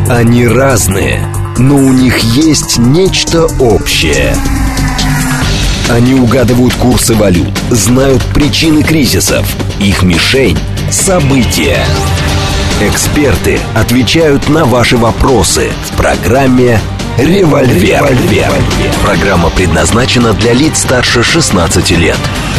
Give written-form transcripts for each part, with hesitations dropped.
Они разные, но у них есть нечто общее. Они угадывают курсы валют, знают причины кризисов. Их мишень – события. Эксперты отвечают на ваши вопросы в программе «Револьвер». Программа предназначена для лиц старше 16 лет.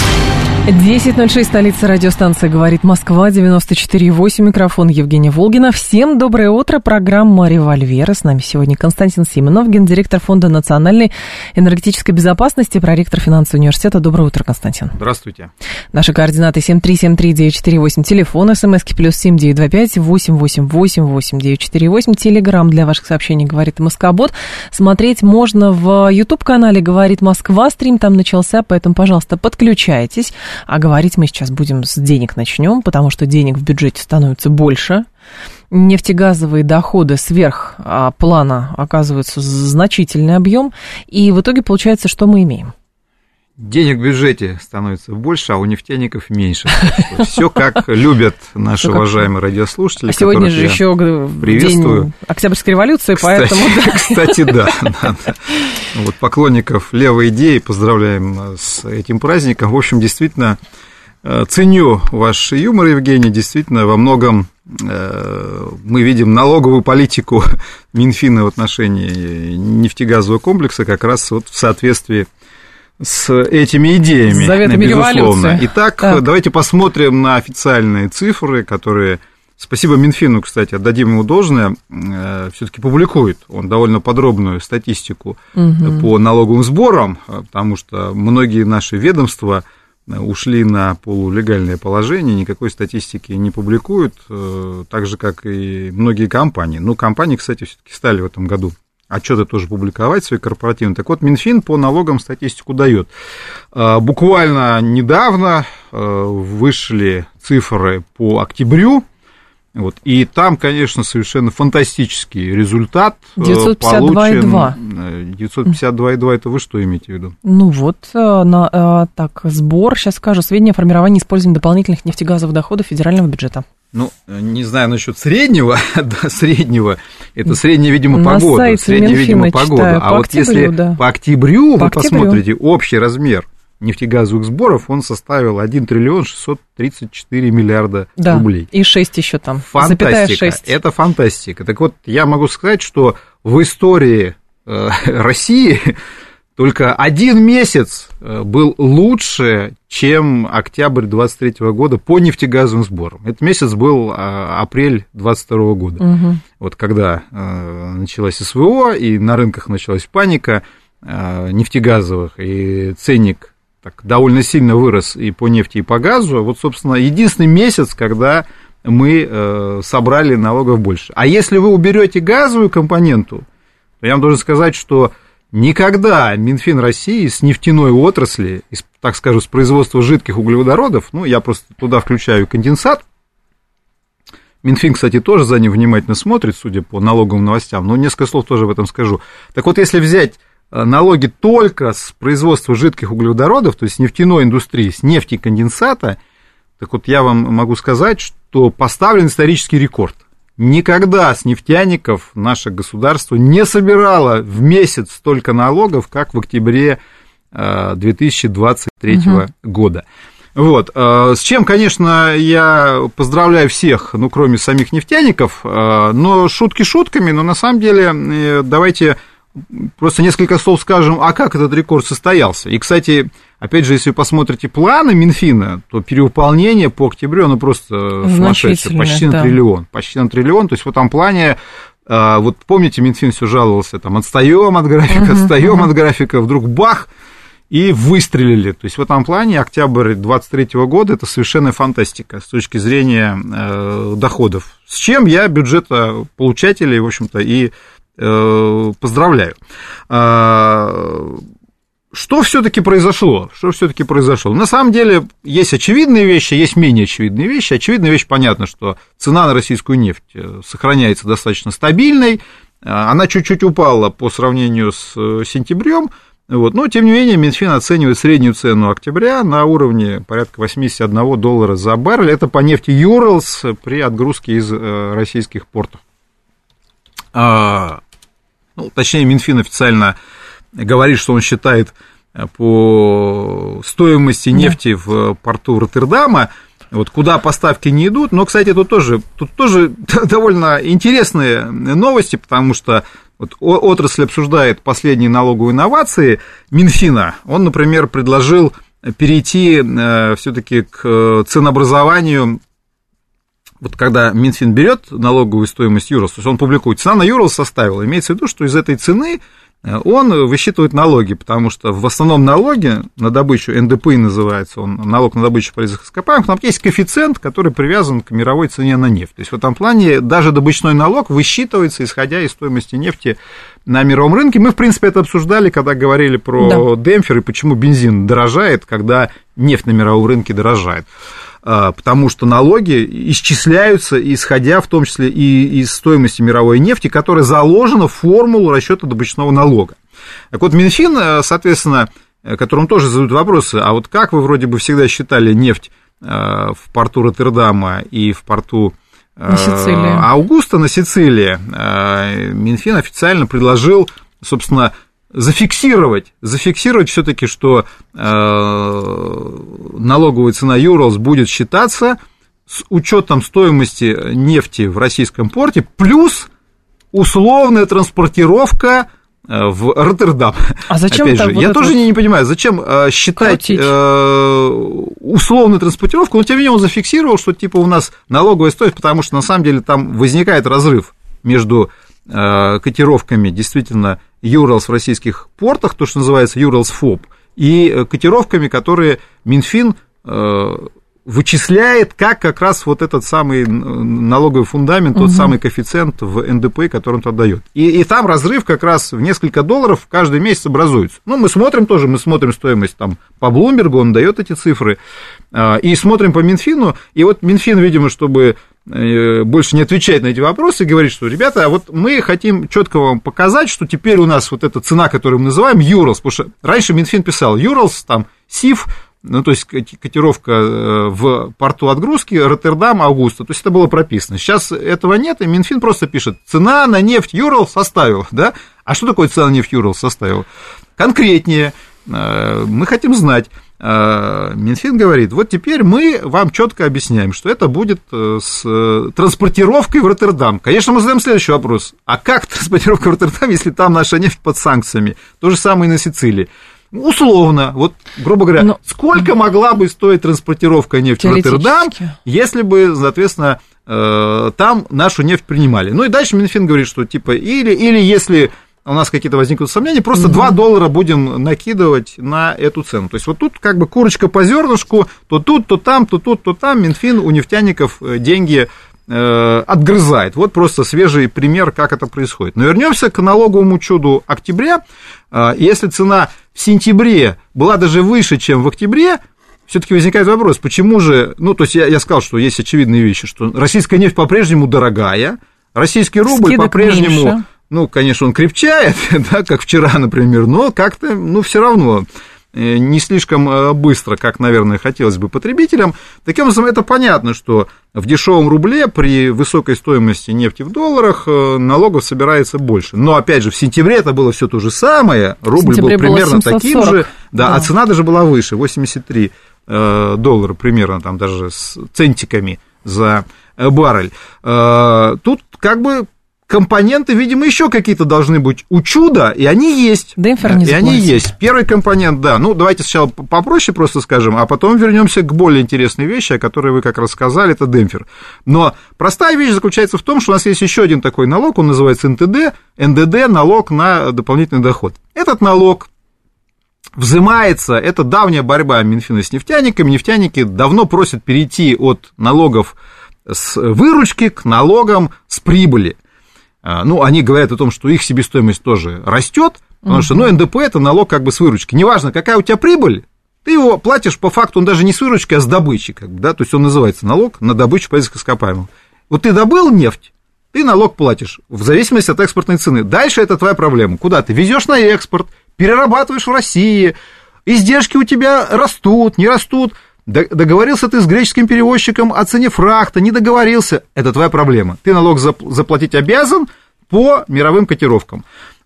10:06, столица, радиостанция «Говорит Москва», 94,8, микрофон Евгения Волгина. Всем доброе утро, программа «Револьвер». С нами сегодня Константин Симонов, гендиректор Фонда национальной энергетической безопасности, проректор финансового университета. Доброе утро, Константин. Здравствуйте. Наши координаты 7373948, телефон, смски +7 925 888 8948, телеграм для ваших сообщений «Говорит Москобот». Смотреть можно в YouTube-канале «Говорит Москва», стрим там начался, поэтому, пожалуйста, подключайтесь. А говорить мы сейчас будем с денег начнем, потому что денег в бюджете становится больше. Нефтегазовые доходы сверх плана оказываются значительный объем. И в итоге получается, что мы имеем? Денег в бюджете становится больше, а у нефтяников меньше. Все как любят наши уважаемые радиослушатели. А сегодня же еще день Октябрьской революции, поэтому... Кстати, да. Вот поклонников левой идеи поздравляем с этим праздником. В общем, действительно, ценю ваш юмор, Евгений. Действительно, во многом мы видим налоговую политику Минфина в отношении нефтегазового комплекса как раз вот в соответствии с этими идеями, заветами безусловно. революции. Итак, давайте посмотрим на официальные цифры, которые, спасибо Минфину, кстати, отдадим ему должное, все-таки публикует он довольно подробную статистику по налоговым сборам, потому что многие наши ведомства ушли на полулегальное положение, никакой статистики не публикуют, так же, как и многие компании. Ну, компании, кстати, все-таки стали в этом году отчеты тоже публиковать свои корпоративные. Так вот, Минфин по налогам статистику дает. Буквально недавно вышли цифры по октябрю, вот, и там, конечно, совершенно фантастический результат 952,2. 952,2, это вы что имеете в виду? Ну вот, так, сбор, сейчас скажу, сведения о формировании и использовании дополнительных нефтегазовых доходов федерального бюджета. Ну, не знаю насчет среднего, да, среднего, это средняя, видимо, погода, средняя, видимо, погода. А вот если по октябрю вы посмотрите, общий размер нефтегазовых сборов, он составил 1 триллион 634 миллиарда рублей. И 6 еще там, фантастика, 0,6. Это фантастика. Так вот, я могу сказать, что в истории России только один месяц был лучше, чем октябрь 2023 года по нефтегазовым сборам. Этот месяц был апрель 2022 года. Вот когда началась СВО, и на рынках началась паника нефтегазовых, и ценник так довольно сильно вырос и по нефти, и по газу. Вот, собственно, единственный месяц, когда мы собрали налогов больше. А если вы уберете газовую компоненту, то я вам должен сказать, что никогда Минфин России с нефтяной отрасли, так скажем, с производства жидких углеводородов, ну, я просто туда включаю конденсат, Минфин, кстати, тоже за ним внимательно смотрит, судя по налоговым новостям, но несколько слов тоже об этом скажу. Так вот, если взять налоги только с производства жидких углеводородов, то есть с нефтяной индустрии, с нефти и конденсата, так вот я вам могу сказать, что поставлен исторический рекорд. Никогда с нефтяников наше государство не собирало в месяц столько налогов, как в октябре 2023 года. Вот. С чем, конечно, я поздравляю всех, ну, кроме самих нефтяников, но шутки шутками, но на самом деле давайте просто несколько слов скажем, а как этот рекорд состоялся. И, кстати, опять же, если вы посмотрите планы Минфина, то перевыполнение по октябрю, оно просто сумасшедшее, почти на триллион. Почти на триллион, то есть в этом плане, вот помните, Минфин все жаловался, там, отстаем от графика, вдруг бах, и выстрелили. То есть в этом плане октябрь 2023 года – это совершенная фантастика с точки зрения доходов. С чем я бюджетополучателей, в общем-то, и поздравляю. Что все-таки произошло? На самом деле, есть очевидные вещи, есть менее очевидные вещи. Очевидная вещь, понятно, что цена на российскую нефть сохраняется достаточно стабильной. Она чуть-чуть упала по сравнению с сентябрем. Вот. Но, тем не менее, Минфин оценивает среднюю цену октября на уровне порядка $81 за баррель. Это по нефти Urals при отгрузке из российских портов. точнее, Минфин официально говорит, что он считает по стоимости нефти в порту Роттердама, вот куда поставки не идут. Но, кстати, тут тоже довольно интересные новости, потому что вот отрасль обсуждает последние налоговые инновации Минфина. Он, например, предложил перейти все-таки к ценообразованию. Вот когда Минфин берет налоговую стоимость Юрлс, то есть он публикует, цена на Юрлс составила, имеется в виду, что из этой цены он высчитывает налоги, потому что в основном налоги на добычу, НДПИ называется он, налог на добычу полезных ископаемых, там есть коэффициент, который привязан к мировой цене на нефть. То есть в этом плане даже добычной налог высчитывается, исходя из стоимости нефти на мировом рынке. Мы, в принципе, это обсуждали, когда говорили про демпфер и почему бензин дорожает, когда нефть на мировом рынке дорожает. Потому что налоги исчисляются, исходя в том числе и из стоимости мировой нефти, которая заложена в формулу расчета добычного налога. Так вот, Минфин, соответственно, которому тоже задают вопросы, а вот как вы вроде бы всегда считали нефть в порту Роттердама и в порту Аугуста на Сицилии, Минфин официально предложил, собственно, зафиксировать все-таки, что налоговая цена Юрлс будет считаться с учетом стоимости нефти в российском порте плюс условная транспортировка в Роттердам. А зачем? Опять же, я тоже не понимаю, зачем считать условную транспортировку, но тем не менее он зафиксировал, что типа у нас налоговая стоимость, потому что на самом деле там возникает разрыв между котировками действительно Юрлс в российских портах, то, что называется Юрлс ФОП, и котировками, которые Минфин вычисляет как раз вот этот самый налоговый фундамент, тот самый коэффициент в НДП, который он туда дает. И там разрыв как раз в несколько долларов каждый месяц образуется. Ну, мы смотрим стоимость там по Блумбергу, он дает эти цифры, и смотрим по Минфину, и вот Минфин, видимо, чтобы больше не отвечать на эти вопросы, говорит, что, ребята, а вот мы хотим четко вам показать, что теперь у нас вот эта цена, которую мы называем Юрлс, потому что раньше Минфин писал Юрлс, там, СИФ, ну, то есть котировка в порту отгрузки, Роттердам, Аугуста, то есть это было прописано. Сейчас этого нет, и Минфин просто пишет, цена на нефть Юрлс составила, да? А что такое цена на нефть Юрлс составила? Конкретнее, мы хотим знать. Минфин говорит, вот теперь мы вам четко объясняем, что это будет с транспортировкой в Роттердам. Конечно, мы задаем следующий вопрос. А как транспортировка в Роттердам, если там наша нефть под санкциями? То же самое и на Сицилии. Условно, вот, грубо говоря, сколько могла бы стоить транспортировка нефти в Роттердам, если бы, соответственно, там нашу нефть принимали. Ну и дальше Минфин говорит, что типа, или если у нас какие-то возникнут сомнения, просто $2 будем накидывать на эту цену. То есть вот тут как бы курочка по зернышку, то тут, то там, то тут, то там Минфин у нефтяников деньги отгрызает. Вот просто свежий пример, как это происходит. Но вернемся к налоговому чуду октября. Если цена в сентябре была даже выше, чем в октябре, все-таки возникает вопрос, почему же, ну, то есть я сказал, что есть очевидные вещи, что российская нефть по-прежнему дорогая, российский рубль скидок по-прежнему, меньше. Ну, конечно, он крепчает, да, как вчера, например, но как-то, ну, все равно не слишком быстро, как, наверное, хотелось бы потребителям. Таким образом, это понятно, что в дешевом рубле при высокой стоимости нефти в долларах налогов собирается больше. Но, опять же, в сентябре это было все то же самое, рубль был примерно таким же, да, а цена даже была выше, $83 примерно, там даже с центиками за баррель. Тут как бы компоненты, видимо, еще какие-то должны быть у чуда, и они есть. Демпфер не заплатит. И они есть. Первый компонент, да. Ну, давайте сначала попроще просто скажем, а потом вернемся к более интересной вещи, о которой вы как раз сказали, это демпфер. Но простая вещь заключается в том, что у нас есть еще один такой налог, он называется НДД, налог на дополнительный доход. Этот налог взимается, это давняя борьба Минфина с нефтяниками. Нефтяники давно просят перейти от налогов с выручки к налогам с прибыли. Ну, они говорят о том, что их себестоимость тоже растет, потому что, ну, НДП – это налог как бы с выручки. Неважно, какая у тебя прибыль, ты его платишь по факту, он даже не с выручки, а с добычи, как бы, да, то есть он называется налог на добычу полезных ископаемых. Вот ты добыл нефть, ты налог платишь в зависимости от экспортной цены. Дальше это твоя проблема. Куда ты везешь на экспорт, перерабатываешь в России, издержки у тебя растут, не растут. Договорился ты с греческим перевозчиком о цене фрахта, не договорился, это твоя проблема. Ты налог заплатить обязан, по мировым котировкам.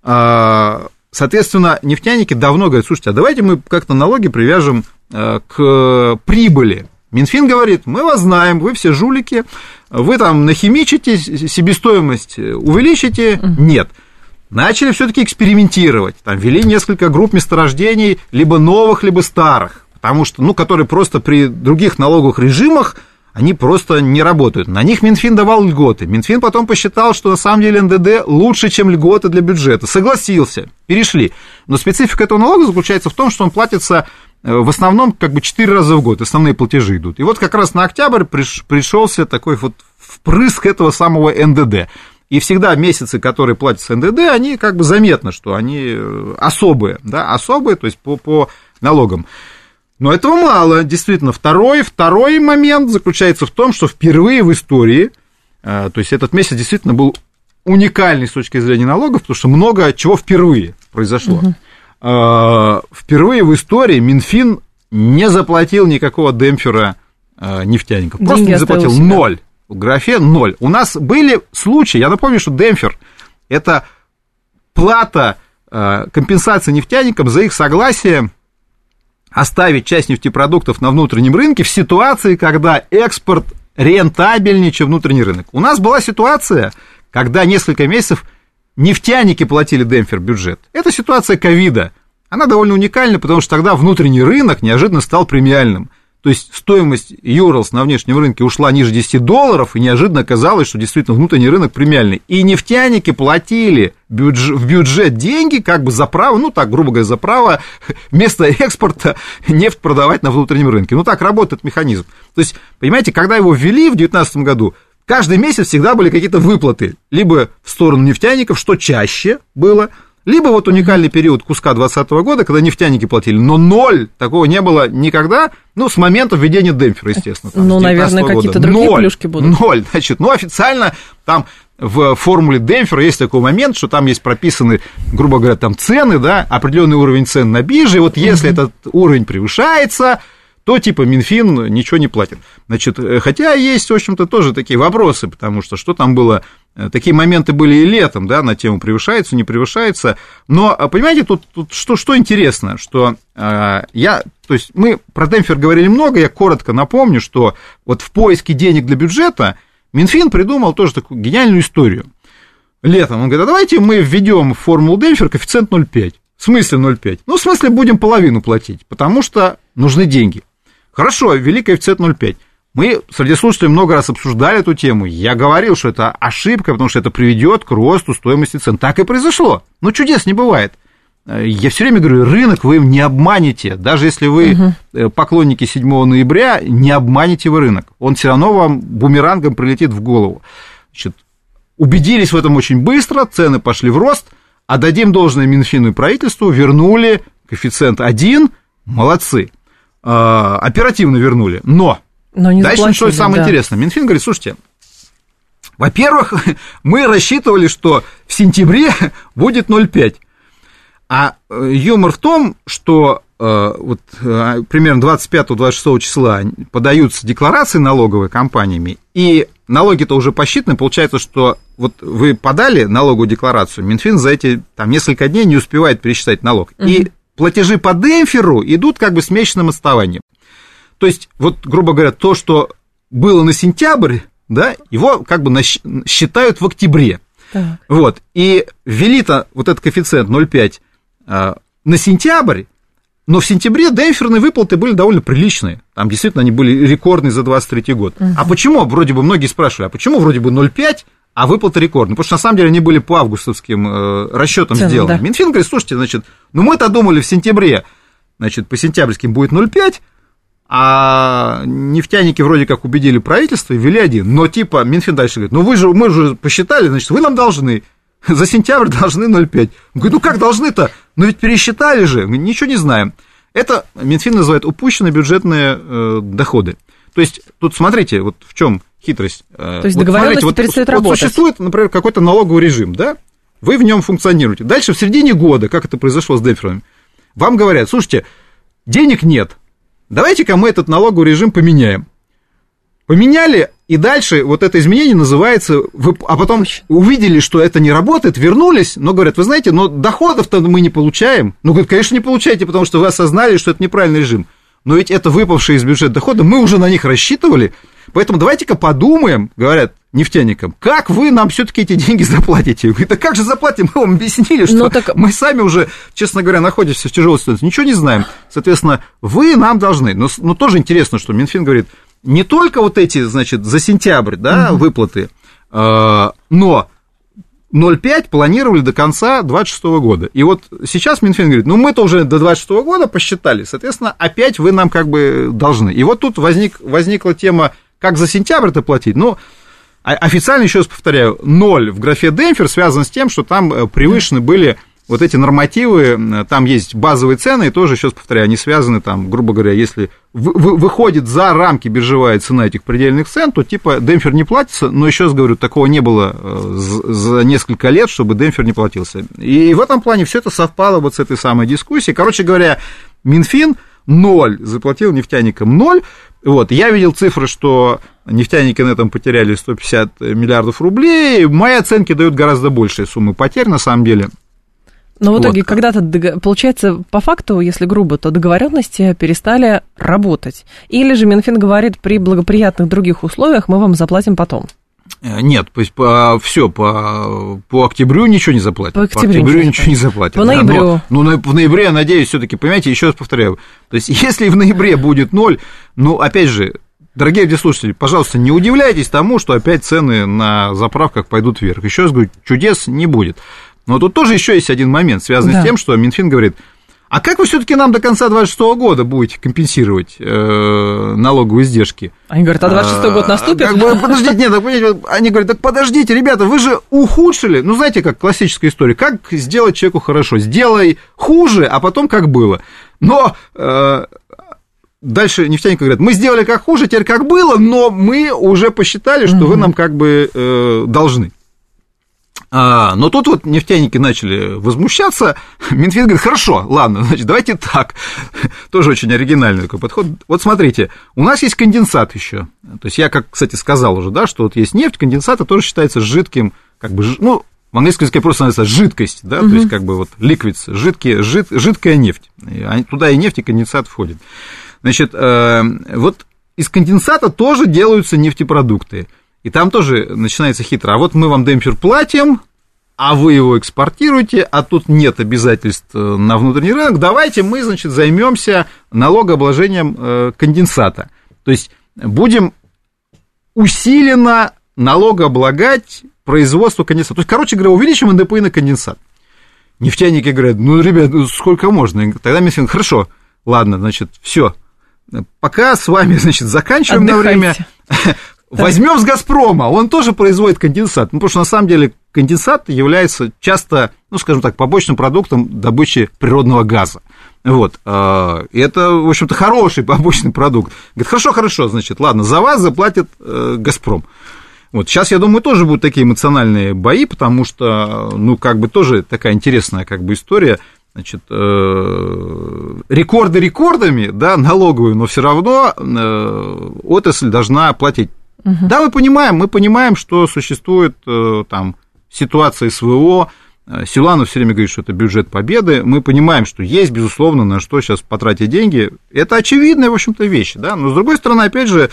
Соответственно, нефтяники давно говорят, слушайте, а давайте мы как-то налоги привяжем к прибыли. Минфин говорит, мы вас знаем, вы все жулики, вы там нахимичите, себестоимость увеличите. Нет. Начали все-таки экспериментировать. Там ввели несколько групп месторождений, либо новых, либо старых, потому что, которые просто при других налоговых режимах, они просто не работают. На них Минфин давал льготы. Минфин потом посчитал, что на самом деле НДД лучше, чем льготы для бюджета. Согласился, перешли. Но специфика этого налога заключается в том, что он платится в основном 4 раза в год, основные платежи идут. И вот как раз на октябрь пришелся такой вот впрыск этого самого НДД. И всегда месяцы, которые платятся НДД, они заметно, что они особые, то есть по налогам. Но этого мало, действительно. Второй момент заключается в том, что впервые в истории, то есть этот месяц действительно был уникальный с точки зрения налогов, потому что много чего впервые произошло. Впервые в истории Минфин не заплатил никакого демпфера нефтяников. Просто не заплатил 0. В графе 0. У нас были случаи, я напомню, что демпфер – это плата компенсации нефтяникам за их согласие оставить часть нефтепродуктов на внутреннем рынке в ситуации, когда экспорт рентабельнее, чем внутренний рынок. У нас была ситуация, когда несколько месяцев нефтяники платили демпфер бюджет. Это ситуация ковида. Она довольно уникальна, потому что тогда внутренний рынок неожиданно стал премиальным. То есть стоимость Юрлс на внешнем рынке ушла ниже $10, и неожиданно оказалось, что действительно внутренний рынок премиальный. И нефтяники платили в бюджет деньги за право, грубо говоря, за право вместо экспорта нефть продавать на внутреннем рынке. Так работает механизм. То есть, понимаете, когда его ввели в 2019 году, каждый месяц всегда были какие-то выплаты, либо в сторону нефтяников, что чаще было, либо уникальный период куска 2020 года, когда нефтяники платили, но 0, такого не было никогда, с момента введения демпфера, естественно. Наверное, какие-то другие плюшки будут. 0, значит, официально там в формуле демпфера есть такой момент, что там есть прописаны, грубо говоря, там цены, определенный уровень цен на бирже, и если этот уровень превышается, то Минфин ничего не платит. Значит, хотя есть, в общем-то, тоже такие вопросы, потому что там было, такие моменты были и летом, на тему превышается, не превышается, но, понимаете, тут что интересно, что то есть мы про демпфер говорили много, я коротко напомню, что в поиске денег для бюджета Минфин придумал тоже такую гениальную историю. Летом он говорит, а давайте мы введем в формулу демпфер коэффициент 0,5. В смысле 0,5? В смысле будем половину платить, потому что нужны деньги. Хорошо, ввели коэффициент 0,5. Мы среди слушателей много раз обсуждали эту тему. Я говорил, что это ошибка, потому что это приведет к росту стоимости цен. Так и произошло. Чудес не бывает. Я все время говорю, рынок вы не обманете. Даже если вы поклонники 7 ноября, не обманете вы рынок. Он все равно вам бумерангом прилетит в голову. Значит, убедились в этом очень быстро, цены пошли в рост, отдадим должное Минфину и правительству, вернули коэффициент 1, молодцы. Оперативно вернули, но дальше началось самое интересное. Минфин говорит, слушайте, во-первых, мы рассчитывали, что в сентябре будет 0,5, а юмор в том, что примерно 25-26 числа подаются декларации налоговые компаниями, и налоги-то уже посчитаны, получается, что вы подали налоговую декларацию, Минфин за эти несколько дней не успевает пересчитать налог, и платежи по демпферу идут с месячным отставанием. То есть, грубо говоря, то, что было на сентябрь, его считают в октябре. Так. И ввели-то этот коэффициент 0,5 на сентябрь, но в сентябре демпферные выплаты были довольно приличные. Там действительно они были рекордные за 2023 год. А почему, вроде бы многие спрашивали, а почему вроде бы 0,5, а выплаты рекордные? Потому что на самом деле они были по августовским расчетам сделаны. Да. Минфин говорит, слушайте, мы-то думали в сентябре, по сентябрьским будет 0,5, а нефтяники вроде как убедили правительство и ввели 1. Но Минфин дальше говорит, мы же посчитали, вы нам должны, за сентябрь должны 0,5. Он говорит, как должны-то? Ведь пересчитали же, мы ничего не знаем. Это Минфин называет упущенные бюджетные доходы. То есть, тут смотрите, в чем хитрость. То есть договоренность перестает работать. Существует, например, какой-то налоговый режим, вы в нем функционируете. Дальше в середине года, как это произошло с демпферами, вам говорят, слушайте, денег нет, давайте-ка мы этот налоговый режим поменяем. Поменяли, И дальше вот это изменение называется, а потом увидели, что это не работает, вернулись, но говорят, вы знаете, но доходов-то мы не получаем. Ну, говорят, конечно, не получаете, потому что вы осознали, что это неправильный режим. Но ведь это выпавшие из бюджета доходы, мы уже на них рассчитывали, поэтому давайте-ка подумаем, говорят нефтяникам, как вы нам все-таки эти деньги заплатите? Говорит, да как же заплатим? Мы вам объяснили, что мы сами уже, честно говоря, находимся в тяжелой ситуации, ничего не знаем. Соответственно, вы нам должны. Но тоже интересно, что Минфин говорит, не только вот эти, значит, за сентябрь, да, выплаты, но 0,5 планировали до конца 2026 года. И вот сейчас Минфин говорит, ну, мы-то уже до 2026 года посчитали, соответственно, опять вы нам как бы должны. И вот тут возникла тема, как за сентябрь-то платить. Ну, официально, еще раз повторяю, 0 в графе демпфер связан с тем, что там превышены были вот эти нормативы, там есть базовые цены, и тоже, еще раз повторяю, они связаны, там, грубо говоря, если выходит за рамки биржевая цена этих предельных цен, то типа демпфер не платится, но еще раз говорю, такого не было за несколько лет, чтобы демпфер не платился. И в этом плане все это совпало вот с этой самой дискуссией. Короче говоря, Минфин 0 заплатил нефтяникам 0. Вот, я видел цифры, что нефтяники на этом потеряли 150 миллиардов рублей. Мои оценки дают гораздо большие суммы потерь, на самом деле. Но в итоге, когда-то, получается, по факту, если грубо, то договоренности перестали работать. Или же Минфин говорит, при благоприятных других условиях мы вам заплатим потом. Нет, то есть по октябрю ничего не заплатят. По октябрю ничего не заплатят. По ноябрю. В ноябре, я надеюсь, все-таки, понимаете, еще раз повторяю, то есть если в ноябре будет 0, ну, опять же, дорогие радиослушатели, пожалуйста, не удивляйтесь тому, что опять цены на заправках пойдут вверх. Еще раз говорю, чудес не будет. Но тут тоже еще есть один момент, связанный с тем, что Минфин говорит, а как вы все-таки нам до конца 2026 года будете компенсировать налоговые издержки? Они говорят, а 2026 год наступит? Подождите, нет, они говорят, так подождите, ребята, вы же ухудшили. Ну, знаете, как классическая история, как сделать человеку хорошо? Сделай хуже, а потом как было. Но дальше нефтяники говорят, мы сделали как хуже, теперь как было, но мы уже посчитали, что вы нам как бы должны. Но тут вот нефтяники начали возмущаться, Минфин говорит, хорошо, ладно, значит, давайте так, тоже очень оригинальный такой подход. Вот смотрите, у нас есть конденсат еще, то есть я, как, кстати, сказал уже, да, что вот есть нефть, конденсат, это тоже считается жидким, как бы, ну, в английском языке просто называется жидкость, да, то есть как бы вот liquids, жидкая нефть, туда и нефть, и конденсат входит. Значит, вот из конденсата тоже делаются нефтепродукты. И там тоже начинается хитро. А вот мы вам демпфер платим, а вы его экспортируете, а тут нет обязательств на внутренний рынок. Давайте мы, значит, займемся налогообложением конденсата. То есть будем усиленно налогооблагать производство конденсата. То есть, короче говоря, увеличим НДПИ на конденсат. Нефтяники говорят, ну, ребят, сколько можно? Тогда Минфин, хорошо, ладно, значит, все. Пока с вами, значит, заканчиваем на время. Возьмем с «Газпрома», он тоже производит конденсат, ну, потому что на самом деле конденсат является часто, ну, скажем так, побочным продуктом добычи природного газа. Вот, и это, в общем-то, хороший побочный продукт. Говорит, хорошо, значит, ладно, за вас заплатит «Газпром». Вот, сейчас, я думаю, тоже будут такие эмоциональные бои, потому что, ну, как бы тоже такая интересная, как бы, история. Значит, рекорды рекордами, да, налоговые, но все равно отрасль должна платить. Да, мы понимаем, что существует там ситуация СВО, Силуанов все время говорит, что это бюджет победы, мы понимаем, что есть, безусловно, на что сейчас потратить деньги, это очевидная, в общем-то, вещь, да, но, с другой стороны, опять же,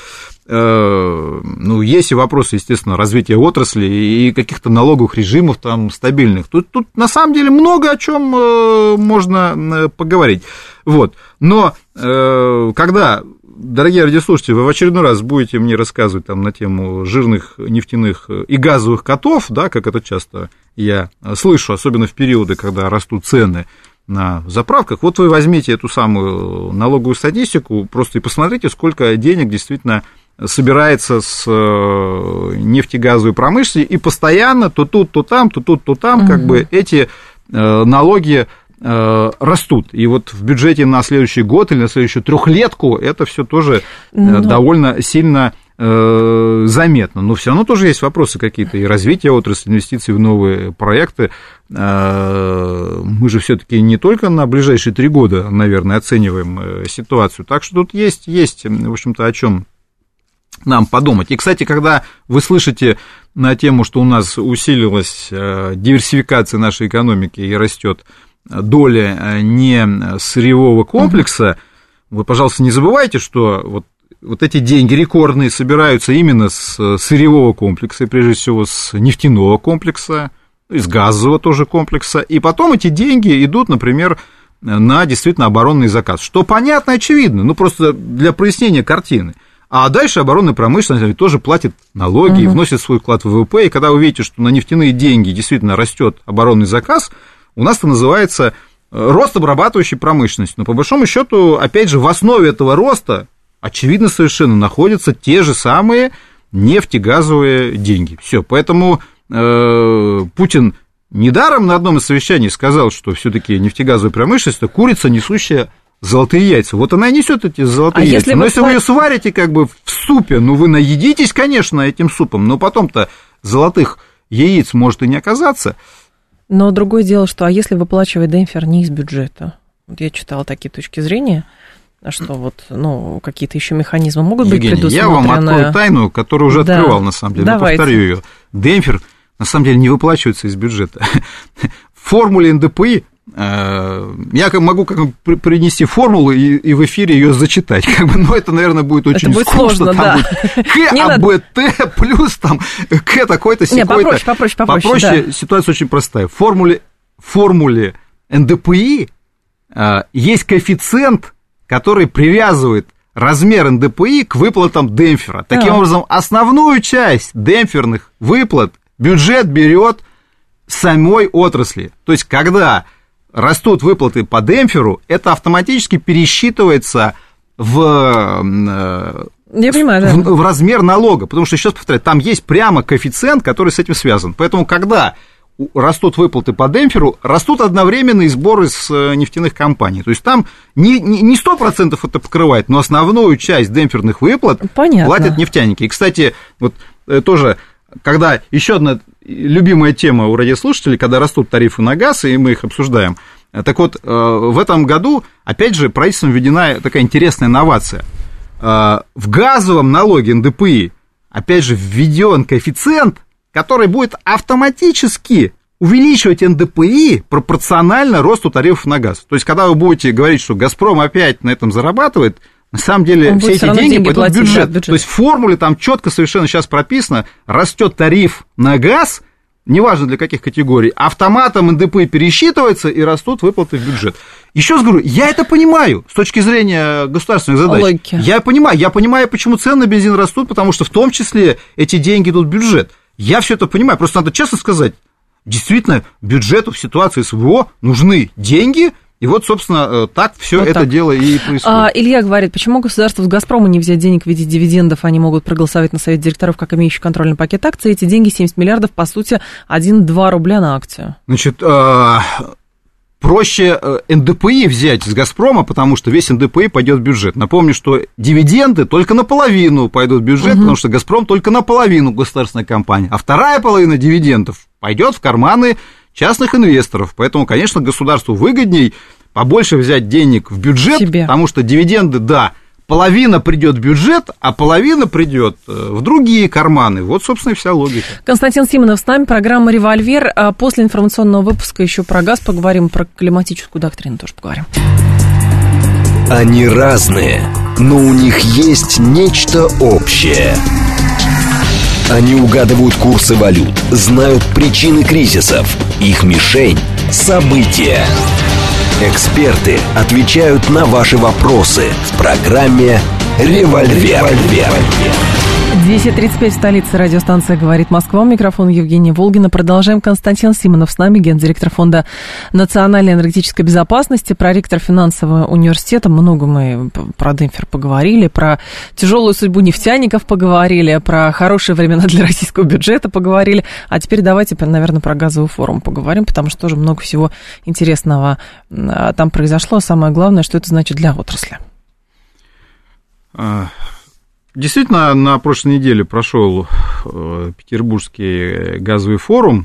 ну, есть и вопросы, естественно, развития отрасли и каких-то налоговых режимов там стабильных, тут на самом деле много о чем можно поговорить, вот, но когда... Дорогие радиослушатели, вы в очередной раз будете мне рассказывать там на тему жирных нефтяных и газовых котов, да, как это часто я слышу, особенно в периоды, когда растут цены на заправках. Вот вы возьмите эту самую налоговую статистику, просто и посмотрите, сколько денег действительно собирается с нефтегазовой промышленности, и постоянно то тут, то там, как бы эти налоги растут. И вот в бюджете на следующий год или на следующую трехлетку это все тоже довольно сильно заметно. Но все равно тоже есть вопросы какие-то и развития отрасли, инвестиций в новые проекты. Мы же все-таки не только на ближайшие 3 года, наверное, оцениваем ситуацию. Так что тут есть в общем-то, о чем нам подумать. И, кстати, когда вы слышите на тему, что у нас усилилась диверсификация нашей экономики и растет доля не сырьевого комплекса, вы, пожалуйста, не забывайте, что вот эти деньги рекордные собираются именно с сырьевого комплекса, и прежде всего с нефтяного комплекса, из газового тоже комплекса, и потом эти деньги идут, например, на действительно оборонный заказ, что понятно, очевидно, ну просто для прояснения картины. А дальше оборонная промышленность тоже платит налоги и вносит свой вклад в ВВП, и когда вы видите, что на нефтяные деньги действительно растет оборонный заказ, у нас это называется рост обрабатывающей промышленности. Но по большому счету, опять же, в основе этого роста, очевидно совершенно, находятся те же самые нефтегазовые деньги. Все, поэтому Путин недаром на одном из совещаний сказал, что все-таки нефтегазовая промышленность – это курица, несущая золотые яйца. Вот она и несет эти золотые яйца. Но если вы ее сварите как бы в супе, ну вы наедитесь, конечно, этим супом, но потом-то золотых яиц может и не оказаться. Но другое дело, что а если выплачивать демпфер не из бюджета? Вот я читала такие точки зрения, что вот, ну, какие-то еще механизмы могут быть предусмотрены. Я вам открою тайну, которую уже открывал, на самом деле, но повторю ее. Демпфер, на самом деле, не выплачивается из бюджета. В формуле НДПИ я могу принести формулу и в эфире ее зачитать, но это, наверное, будет очень скучно. Там будет КАБТ плюс там К такой-то, секой-то. Попроще, ситуация очень простая. В формуле НДПИ есть коэффициент, который привязывает размер НДПИ к выплатам демпфера. Таким образом, основную часть демпферных выплат бюджет берет с самой отрасли. То есть, когда растут выплаты по демпферу, это автоматически пересчитывается в размер налога. Потому что, еще раз повторяю, там есть прямо коэффициент, который с этим связан. Поэтому, когда растут выплаты по демпферу, растут одновременно и сборы с нефтяных компаний. То есть там не 100% это покрывает, но основную часть демпферных выплат платят нефтяники. И, кстати, вот тоже, когда еще одна любимая тема у радиослушателей, когда растут тарифы на газ, и мы их обсуждаем. Так вот, в этом году, опять же, правительством введена такая интересная инновация. В газовом налоге НДПИ, опять же, введен коэффициент, который будет автоматически увеличивать НДПИ пропорционально росту тарифов на газ. То есть, когда вы будете говорить, что «Газпром» опять на этом зарабатывает, на самом деле все эти деньги пойдут в бюджет. То есть, в формуле там четко совершенно сейчас прописано, растет тариф на газ, неважно для каких категорий, автоматом НДПИ пересчитывается и растут выплаты в бюджет. Еще раз говорю, я это понимаю с точки зрения государственных задач. Логики. Я понимаю, почему цены на бензин растут, потому что в том числе эти деньги идут в бюджет. Я все это понимаю, просто надо честно сказать, действительно, бюджету в ситуации СВО нужны деньги, и вот, собственно, так все это дело и происходит. Илья говорит, почему государству с «Газпрома» не взять денег в виде дивидендов, они могут проголосовать на совет директоров, как имеющий контрольный пакет акций, эти деньги 70 миллиардов, по сути, 1-2 рубля на акцию. Значит, проще НДПИ взять с «Газпрома», потому что весь НДПИ пойдет в бюджет. Напомню, что дивиденды только наполовину пойдут в бюджет, потому что «Газпром» только наполовину государственная компания, а вторая половина дивидендов пойдет в карманы частных инвесторов. Поэтому, конечно, государству выгодней побольше взять денег в бюджет, потому что дивиденды, да, половина придет в бюджет, а половина придет в другие карманы. Вот, собственно, и вся логика. Константин Симонов с нами, программа «Револьвер». После информационного выпуска еще про газ поговорим, про климатическую доктрину тоже поговорим. Они разные, но у них есть нечто общее. Они угадывают курсы валют, знают причины кризисов. Их мишень – события. Эксперты отвечают на ваши вопросы в программе «Револьвер». 10:35 в столице, радиостанция «Говорит Москва». Микрофон Евгения Волгина. Продолжаем. Константин Симонов с нами, гендиректор Фонда национальной энергетической безопасности, проректор финансового университета. Много мы про демпфер поговорили, про тяжелую судьбу нефтяников поговорили, про хорошие времена для российского бюджета поговорили. А теперь давайте, наверное, про газовый форум поговорим, потому что тоже много всего интересного там произошло. Самое главное, что это значит для отрасли. Действительно, на прошлой неделе прошел Петербургский газовый форум,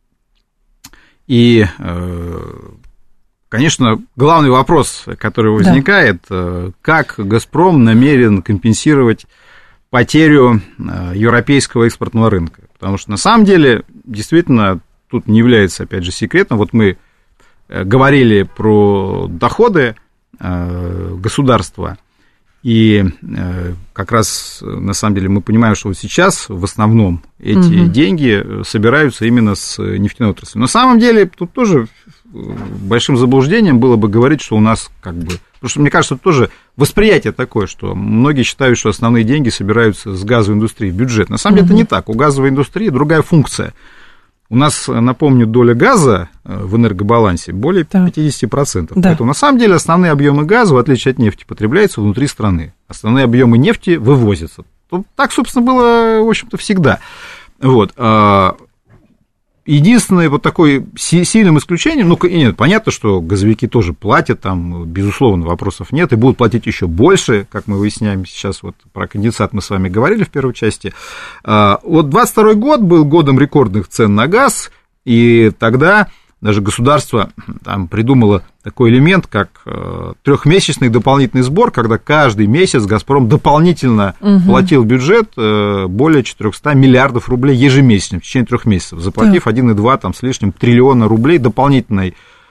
и, конечно, главный вопрос, который возникает, как «Газпром» намерен компенсировать потерю европейского экспортного рынка. Потому что, на самом деле, действительно, тут не является, опять же, секретом. Вот мы говорили про доходы государства, и как раз, на самом деле, мы понимаем, что вот сейчас в основном эти деньги собираются именно с нефтяной отрасли. На самом деле, тут тоже большим заблуждением было бы говорить, что у нас как бы... Потому что, мне кажется, это тоже восприятие такое, что многие считают, что основные деньги собираются с газовой индустрии в бюджет. На самом деле, это не так. У газовой индустрии другая функция. У нас, напомню, доля газа в энергобалансе более 50%. Да. Поэтому, на самом деле, основные объемы газа, в отличие от нефти, потребляются внутри страны. Основные объемы нефти вывозятся. Так, собственно, было, в общем-то, всегда. Вот. Единственное вот такое сильным исключением, ну, нет, понятно, что газовики тоже платят, там, безусловно, вопросов нет, и будут платить еще больше, как мы выясняем сейчас, вот про конденсат мы с вами говорили в первой части. Вот 22 год был годом рекордных цен на газ, и тогда даже государство там придумало такой элемент, как трехмесячный дополнительный сбор, когда каждый месяц «Газпром» дополнительно платил в бюджет более 400 миллиардов рублей ежемесячно в течение 3 месяцев, заплатив 1,2 там, с лишним триллиона рублей дополнительного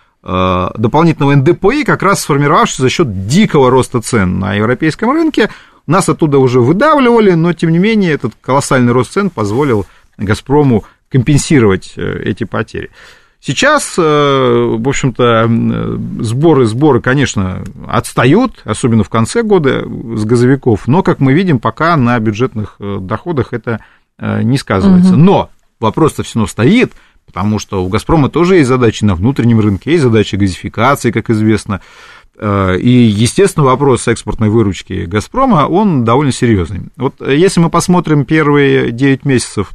НДПИ, как раз сформировавшись за счет дикого роста цен на европейском рынке. Нас оттуда уже выдавливали, но, тем не менее, этот колоссальный рост цен позволил «Газпрому» компенсировать эти потери. Сейчас, в общем-то, сборы, конечно, отстают, особенно в конце года с газовиков, но, как мы видим, пока на бюджетных доходах это не сказывается. Но вопрос-то все равно стоит, потому что у «Газпрома» тоже есть задачи на внутреннем рынке, есть задачи газификации, как известно, и, естественно, вопрос экспортной выручки «Газпрома», он довольно серьезный. Вот если мы посмотрим первые 9 месяцев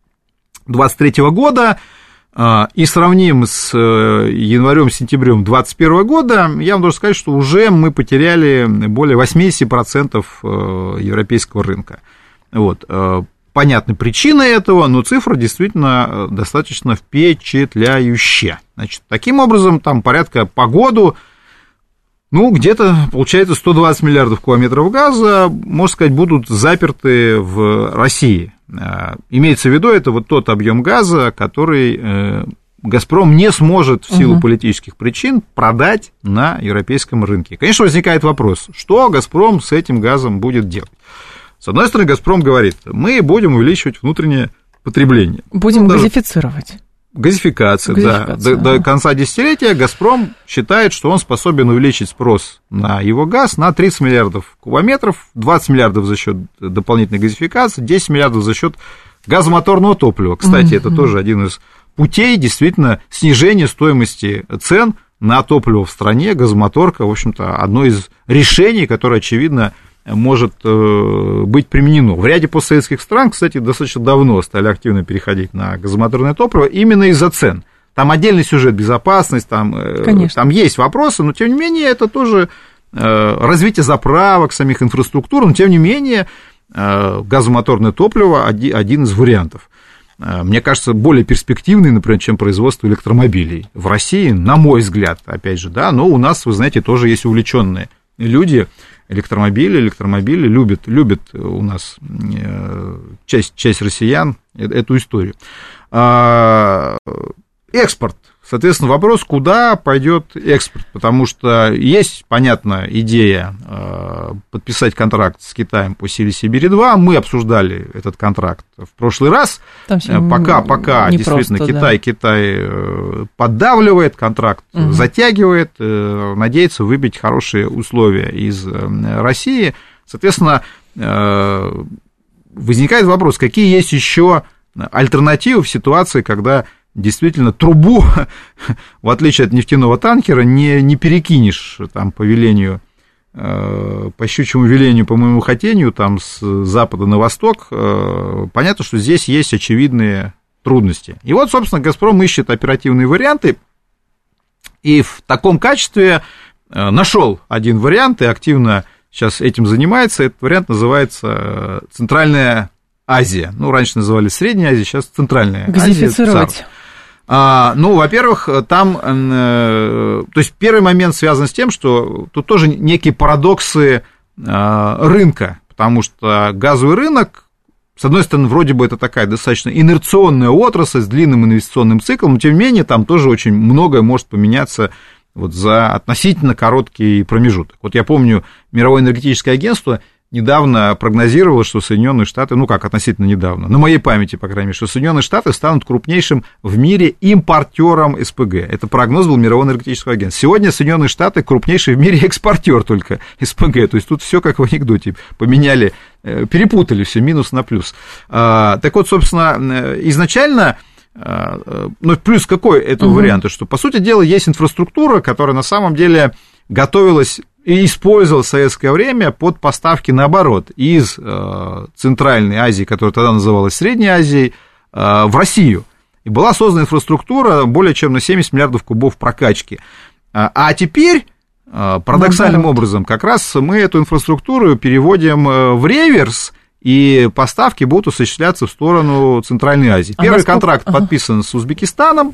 2023 года, и сравним с январем-сентябрем 2021 года, я вам должен сказать, что уже мы потеряли более 80% европейского рынка. Вот. Понятны причины этого, но цифра действительно достаточно впечатляющая. Значит, таким образом, там порядка по году, ну, где-то, получается, 120 миллиардов кубометров газа, можно сказать, будут заперты в России. Имеется в виду, это вот тот объем газа, который «Газпром» не сможет в силу политических причин продать на европейском рынке. Конечно, возникает вопрос, что «Газпром» с этим газом будет делать? С одной стороны, «Газпром» говорит, мы будем увеличивать внутреннее потребление. Будем газифицировать. Газификация, да. До конца десятилетия «Газпром» считает, что он способен увеличить спрос на его газ на 30 миллиардов кубометров, 20 миллиардов за счет дополнительной газификации, 10 миллиардов за счет газомоторного топлива. Кстати, это тоже один из путей действительно снижения стоимости цен на топливо в стране. Газомоторка, в общем-то, одно из решений, которое, очевидно, может быть применено. В ряде постсоветских стран, кстати, достаточно давно стали активно переходить на газомоторное топливо именно из-за цен. Там отдельный сюжет, безопасность, там есть вопросы, но, тем не менее, это тоже развитие заправок, самих инфраструктур, но, тем не менее, газомоторное топливо один из вариантов. Мне кажется, более перспективный, например, чем производство электромобилей. В России, на мой взгляд, опять же, да, но у нас, вы знаете, тоже есть увлеченные люди. Электромобили любят у нас часть россиян эту историю. Экспорт. Соответственно, вопрос, куда пойдет экспорт, потому что есть, понятно, идея подписать контракт с Китаем по силе Сибири-2. Мы обсуждали этот контракт в прошлый раз. Пока действительно просто, Китай поддавливает, контракт затягивает, надеется выбить хорошие условия из России. Соответственно, возникает вопрос, какие есть еще альтернативы в ситуации, когда действительно трубу, в отличие от нефтяного танкера, не перекинешь там по велению, по щучьему велению, по моему хотению, там с запада на восток. Понятно, что здесь есть очевидные трудности. И вот, собственно, «Газпром» ищет оперативные варианты, и в таком качестве нашел один вариант и активно сейчас этим занимается. Этот вариант называется «Центральная Азия». Ну, раньше называли Средняя Азия, сейчас Центральная Азия. Газифицировать. Ну, во-первых, там, то есть первый момент связан с тем, что тут тоже некие парадоксы рынка, потому что газовый рынок, с одной стороны, вроде бы это такая достаточно инерционная отрасль с длинным инвестиционным циклом, но тем не менее там тоже очень многое может поменяться вот за относительно короткий промежуток. Вот я помню, Мировое энергетическое агентство недавно прогнозировало, что Соединенные Штаты, ну как относительно недавно, на моей памяти, по крайней мере, что Соединенные Штаты станут крупнейшим в мире импортером СПГ. Это прогноз был Мирового энергетического агентства. Сегодня Соединенные Штаты крупнейший в мире экспортер только СПГ. То есть тут все как в анекдоте. Поменяли, перепутали все, минус на плюс. Так вот, собственно, изначально... Ну, плюс какой этого варианта, что, по сути дела, есть инфраструктура, которая на самом деле готовилась и использовалась в советское время под поставки, наоборот, из Центральной Азии, которая тогда называлась Средней Азией, в Россию. И была создана инфраструктура более чем на 70 миллиардов кубов прокачки. А теперь, парадоксальным образом, как раз мы эту инфраструктуру переводим в реверс, и поставки будут осуществляться в сторону Центральной Азии. Первый контракт подписан с Узбекистаном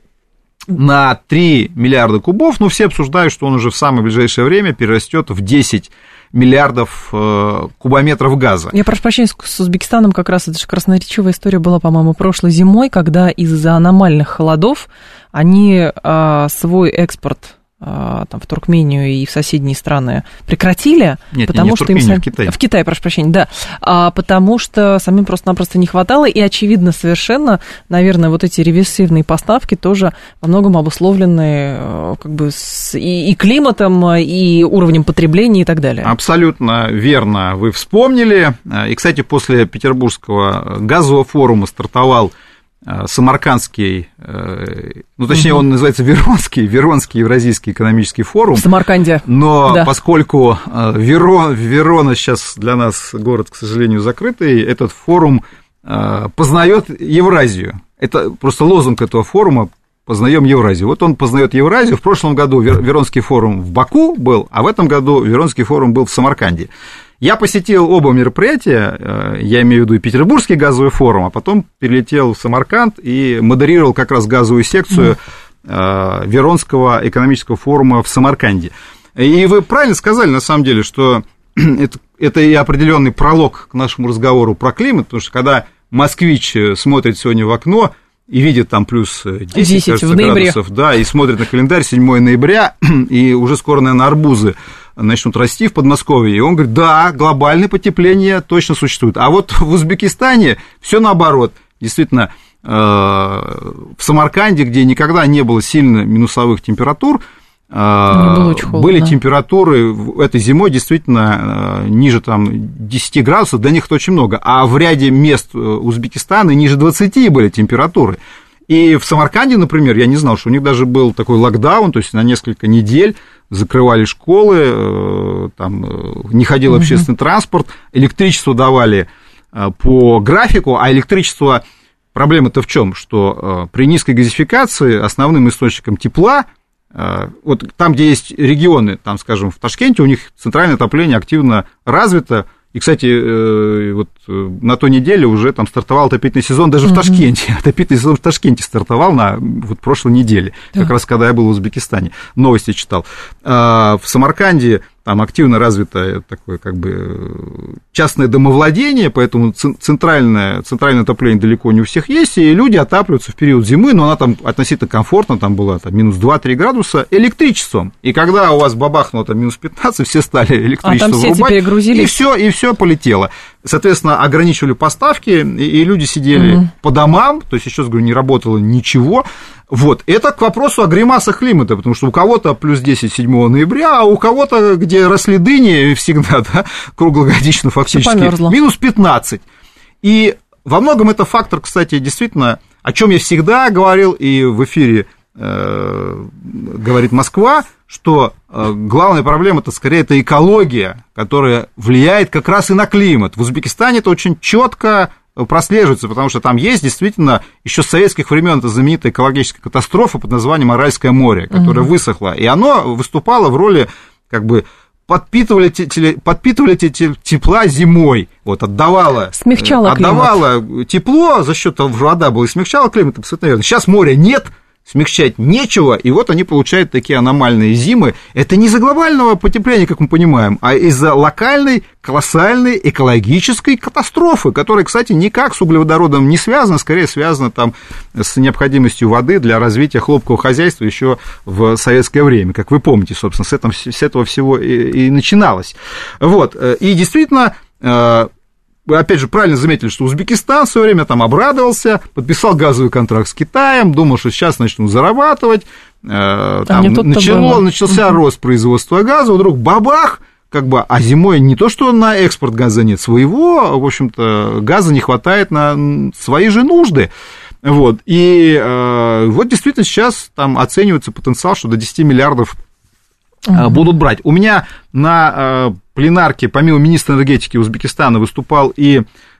на 3 миллиарда кубов, но все обсуждают, что он уже в самое ближайшее время перерастет в 10 миллиардов кубометров газа. Я прошу прощения, с Узбекистаном как раз, это же красноречивая история была, по-моему, прошлой зимой, когда из-за аномальных холодов они свой экспорт там, в Туркмению и в соседние страны прекратили, Нет, потому не что в Туркмению, им в Китае. В Китае, прошу прощения, да, потому что самим просто-напросто не хватало, и очевидно совершенно, наверное, вот эти реверсивные поставки тоже во многом обусловлены как бы и климатом, и уровнем потребления и так далее. Абсолютно верно, вы вспомнили. И, кстати, после Петербургского газового форума стартовал Самаркандский, ну, точнее, он называется Веронский Евразийский экономический форум. В Самарканде. Но да. Поскольку Верона сейчас для нас город, к сожалению, закрытый, этот форум познает Евразию. Это просто лозунг этого форума «Познаем Евразию». Вот он познает Евразию. В прошлом году Веронский форум в Баку был, а в этом году Веронский форум был в Самарканде. Я посетил оба мероприятия, я имею в виду и Петербургский газовый форум, а потом перелетел в Самарканд и модерировал как раз газовую секцию Веронского экономического форума в Самарканде. И вы правильно сказали, на самом деле, что это и определенный пролог к нашему разговору про климат, потому что когда москвич смотрит сегодня в окно и видит там плюс 10 кажется, градусов, да, и смотрит на календарь 7 ноября, и уже скоро, наверное, арбузы начнут расти в Подмосковье, и он говорит, да, глобальное потепление точно существует. А вот в Узбекистане все наоборот. Действительно, в Самарканде, где никогда не было сильно минусовых температур, были температуры этой зимой действительно ниже там, 10 градусов, для них это очень много, а в ряде мест Узбекистана ниже 20 были температуры. И в Самарканде, например, я не знал, что у них даже был такой локдаун, то есть на несколько недель закрывали школы, там не ходил общественный транспорт, электричество давали по графику, а электричество, проблема-то в чем, что при низкой газификации основным источником тепла, вот там, где есть регионы, там, скажем, в Ташкенте, у них центральное отопление активно развито. И, кстати, вот на той неделе уже там стартовал отопительный сезон даже в Ташкенте. Отопительный сезон в Ташкенте стартовал на вот прошлой неделе, как раз когда я был в Узбекистане, новости читал. В Самарканде там активно развито такое как бы частное домовладение, поэтому центральное отопление далеко не у всех есть, и люди отапливаются в период зимы, но она там относительно комфортно, там была там, минус 2-3 градуса электричеством. И когда у вас бабахнуло там минус 15, все стали электричество врубать, и все полетело. Соответственно, ограничивали поставки, и люди сидели по домам, то есть, еще раз говорю, не работало ничего. Вот, это к вопросу о гримасах климата, потому что у кого-то плюс 10 7 ноября, а у кого-то, где росли дыни всегда, да, круглогодично фактически, минус 15. И во многом это фактор, кстати, действительно, о чем я всегда говорил, и в эфире говорит Москва, что главная проблема это скорее это экология, которая влияет как раз и на климат. В Узбекистане это очень четко прослеживается, потому что там есть действительно еще с советских времен эта знаменитая экологическая катастрофа под названием Аральское море, которое высохло, и оно выступало в роли как бы подпитывали тепла зимой, вот, отдавало тепло, за счет того, что вода была и смягчала климат, абсолютно верно. Сейчас моря нет, смягчать нечего, и вот они получают такие аномальные зимы. Это не из-за глобального потепления, как мы понимаем, а из-за локальной, колоссальной экологической катастрофы, которая, кстати, никак с углеводородом не связана, скорее связана там с необходимостью воды для развития хлопкового хозяйства еще в советское время, как вы помните, собственно, с этого всего и начиналось. Вот, и действительно... Вы, опять же, правильно заметили, что Узбекистан в свое время там обрадовался, подписал газовый контракт с Китаем, думал, что сейчас начнут зарабатывать, там начался рост производства газа, вдруг бабах, как бы, а зимой не то, что на экспорт газа нет своего, в общем-то, газа не хватает на свои же нужды. Вот, и вот действительно сейчас там оценивается потенциал, что до 10 миллиардов будут брать. У меня на пленарке, помимо министра энергетики Узбекистана, выступал и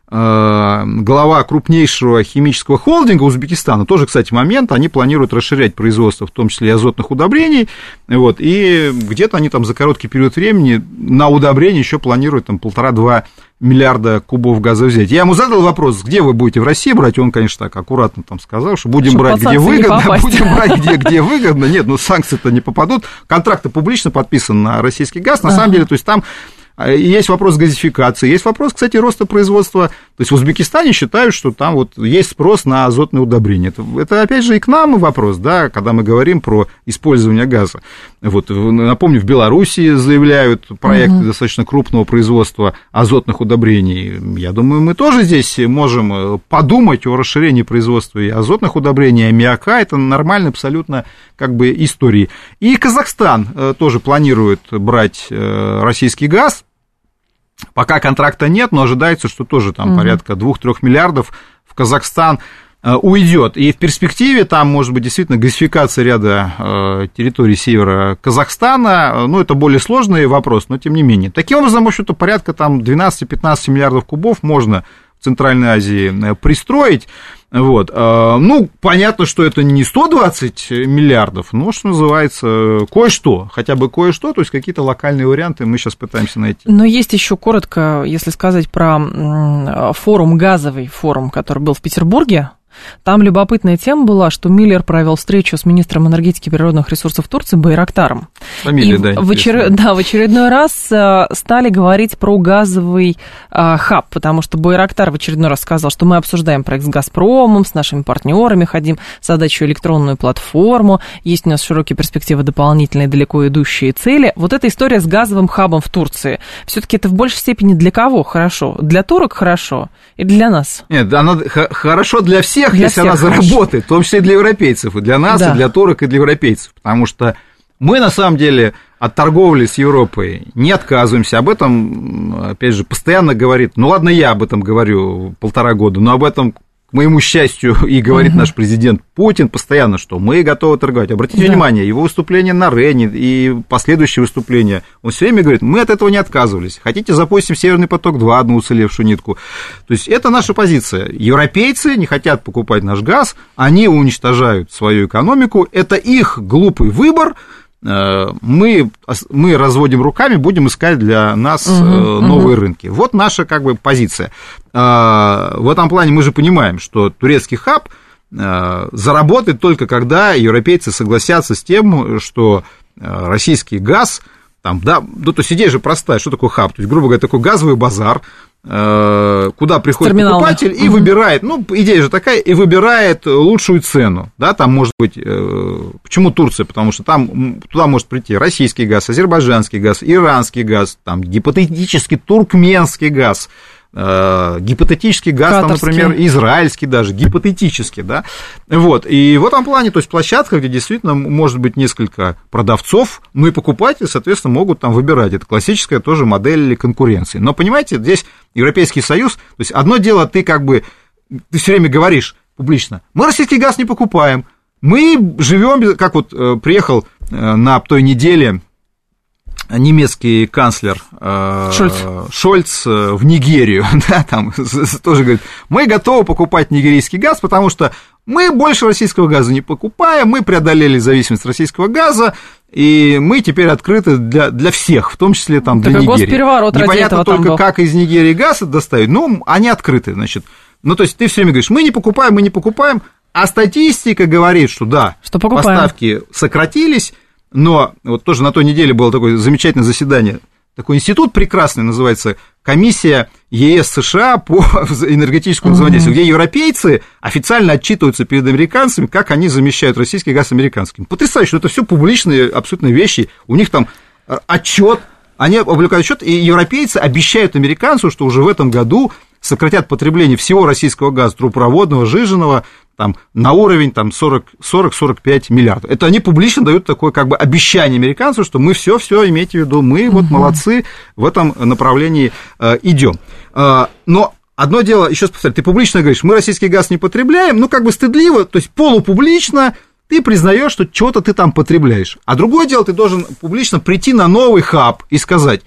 глава крупнейшего химического холдинга Узбекистана, тоже, кстати, момент, они планируют расширять производство, в том числе и азотных удобрений, вот, и где-то они там за короткий период времени на удобрение еще планируют там 1,5-2 миллиарда кубов газа взять. Я ему задал вопрос, где вы будете в России брать, он, конечно, так аккуратно там сказал, что будем брать, где выгодно, будем брать, где выгодно, нет, ну, санкции-то не попадут, контракт публично подписан на российский газ, на самом деле, то есть там есть вопрос газификации, есть вопрос, кстати, роста производства. То есть в Узбекистане считают, что там вот есть спрос на азотные удобрения. Это опять же, и к нам вопрос, да, когда мы говорим про использование газа. Вот, напомню, в Белоруссии заявляют проекты достаточно крупного производства азотных удобрений. Я думаю, мы тоже здесь можем подумать о расширении производства и азотных удобрений, и аммиака. Это нормальная абсолютно как бы истории. И Казахстан тоже планирует брать российский газ. Пока контракта нет, но ожидается, что тоже там порядка 2-3 миллиардов в Казахстан уйдет. И в перспективе там может быть действительно газификация ряда территорий севера Казахстана. Ну, это более сложный вопрос, но тем не менее. Таким образом, в общем-то, порядка там 12-15 миллиардов кубов можно в Центральной Азии пристроить. Вот. Ну, понятно, что это не 120 миллиардов, но, что называется, кое-что, хотя бы кое-что, то есть какие-то локальные варианты мы сейчас пытаемся найти. Но есть еще коротко, если сказать про форум, газовый форум, который был в Петербурге. Там любопытная тема была, что Миллер провел встречу с министром энергетики и природных ресурсов Турции Байрактаром. Фамилия, да, в очередной раз стали говорить про газовый хаб, потому что Байрактар в очередной раз сказал, что мы обсуждаем проект с «Газпромом», с нашими партнерами, хотим создать еще электронную платформу, есть у нас широкие перспективы дополнительные, далеко идущие цели. Вот эта история с газовым хабом в Турции, все-таки это в большей степени для кого хорошо? Для турок хорошо и для нас? Нет, она хорошо для всех, если она заработает, в том числе и для европейцев, и для нас, и для турок, и для европейцев, потому что мы, на самом деле, от торговли с Европой не отказываемся, об этом, опять же, постоянно говорит, ну ладно, я об этом говорю 1,5 года, но об этом, к моему счастью, и говорит наш президент Путин постоянно, что мы готовы торговать. Обратите внимание, его выступление на Рене и последующие выступления, он все время говорит, мы от этого не отказывались. Хотите, запустим Северный поток-2, одну уцелевшую нитку. То есть это наша позиция. Европейцы не хотят покупать наш газ, они уничтожают свою экономику, это их глупый выбор. Мы разводим руками, будем искать для нас новые рынки. Вот наша как бы позиция. В этом плане мы же понимаем, что турецкий хаб заработает только когда европейцы согласятся с тем, что российский газ, там, да, ну, то есть идея же простая, что такое хаб? То есть, грубо говоря, такой газовый базар, куда приходит покупатель и выбирает, ну, идея же такая, и выбирает лучшую цену, да, там может быть, почему Турция, потому что там, туда может прийти российский газ, азербайджанский газ, иранский газ, там, гипотетически туркменский газ, гипотетический газ, там, например, израильский даже, гипотетически, да, вот, и в этом плане, то есть площадка, где действительно может быть несколько продавцов, ну и покупатели, соответственно, могут там выбирать, это классическая тоже модель конкуренции, но, понимаете, здесь Европейский Союз, то есть одно дело, ты как бы, ты все время говоришь публично, мы российский газ не покупаем, мы живем, как вот приехал на той неделе немецкий канцлер Шольц в Нигерию, да, там тоже говорит, мы готовы покупать нигерийский газ, потому что мы больше российского газа не покупаем, мы преодолели зависимость от российского газа, и мы теперь открыты для всех, в том числе там для Нигерии. Непонятно только, как из Нигерии газ доставить, но они открыты, значит. Ну, то есть ты все время говоришь, мы не покупаем, А статистика говорит, что да, что поставки сократились, но вот тоже на той неделе было такое замечательное заседание. Такой институт прекрасный, называется Комиссия ЕС США по энергетическому взаимодействию, где европейцы официально отчитываются перед американцами, как они замещают российский газ американским. Потрясающе, что это все публичные абсолютно вещи. У них там отчет, они опубликовали отчет, и европейцы обещают американцу, что уже в этом году сократят потребление всего российского газа, трубопроводного, сжиженного, там, на уровень там, 40-45 миллиардов. Это они публично дают такое как бы обещание американцу, что мы все имейте в виду, мы вот молодцы, в этом направлении идем. Но одно дело, еще раз повторяю, ты публично говоришь, мы российский газ не потребляем, ну как бы стыдливо, то есть полупублично ты признаешь, что чего-то ты там потребляешь. А другое дело, ты должен публично прийти на новый хаб и сказать,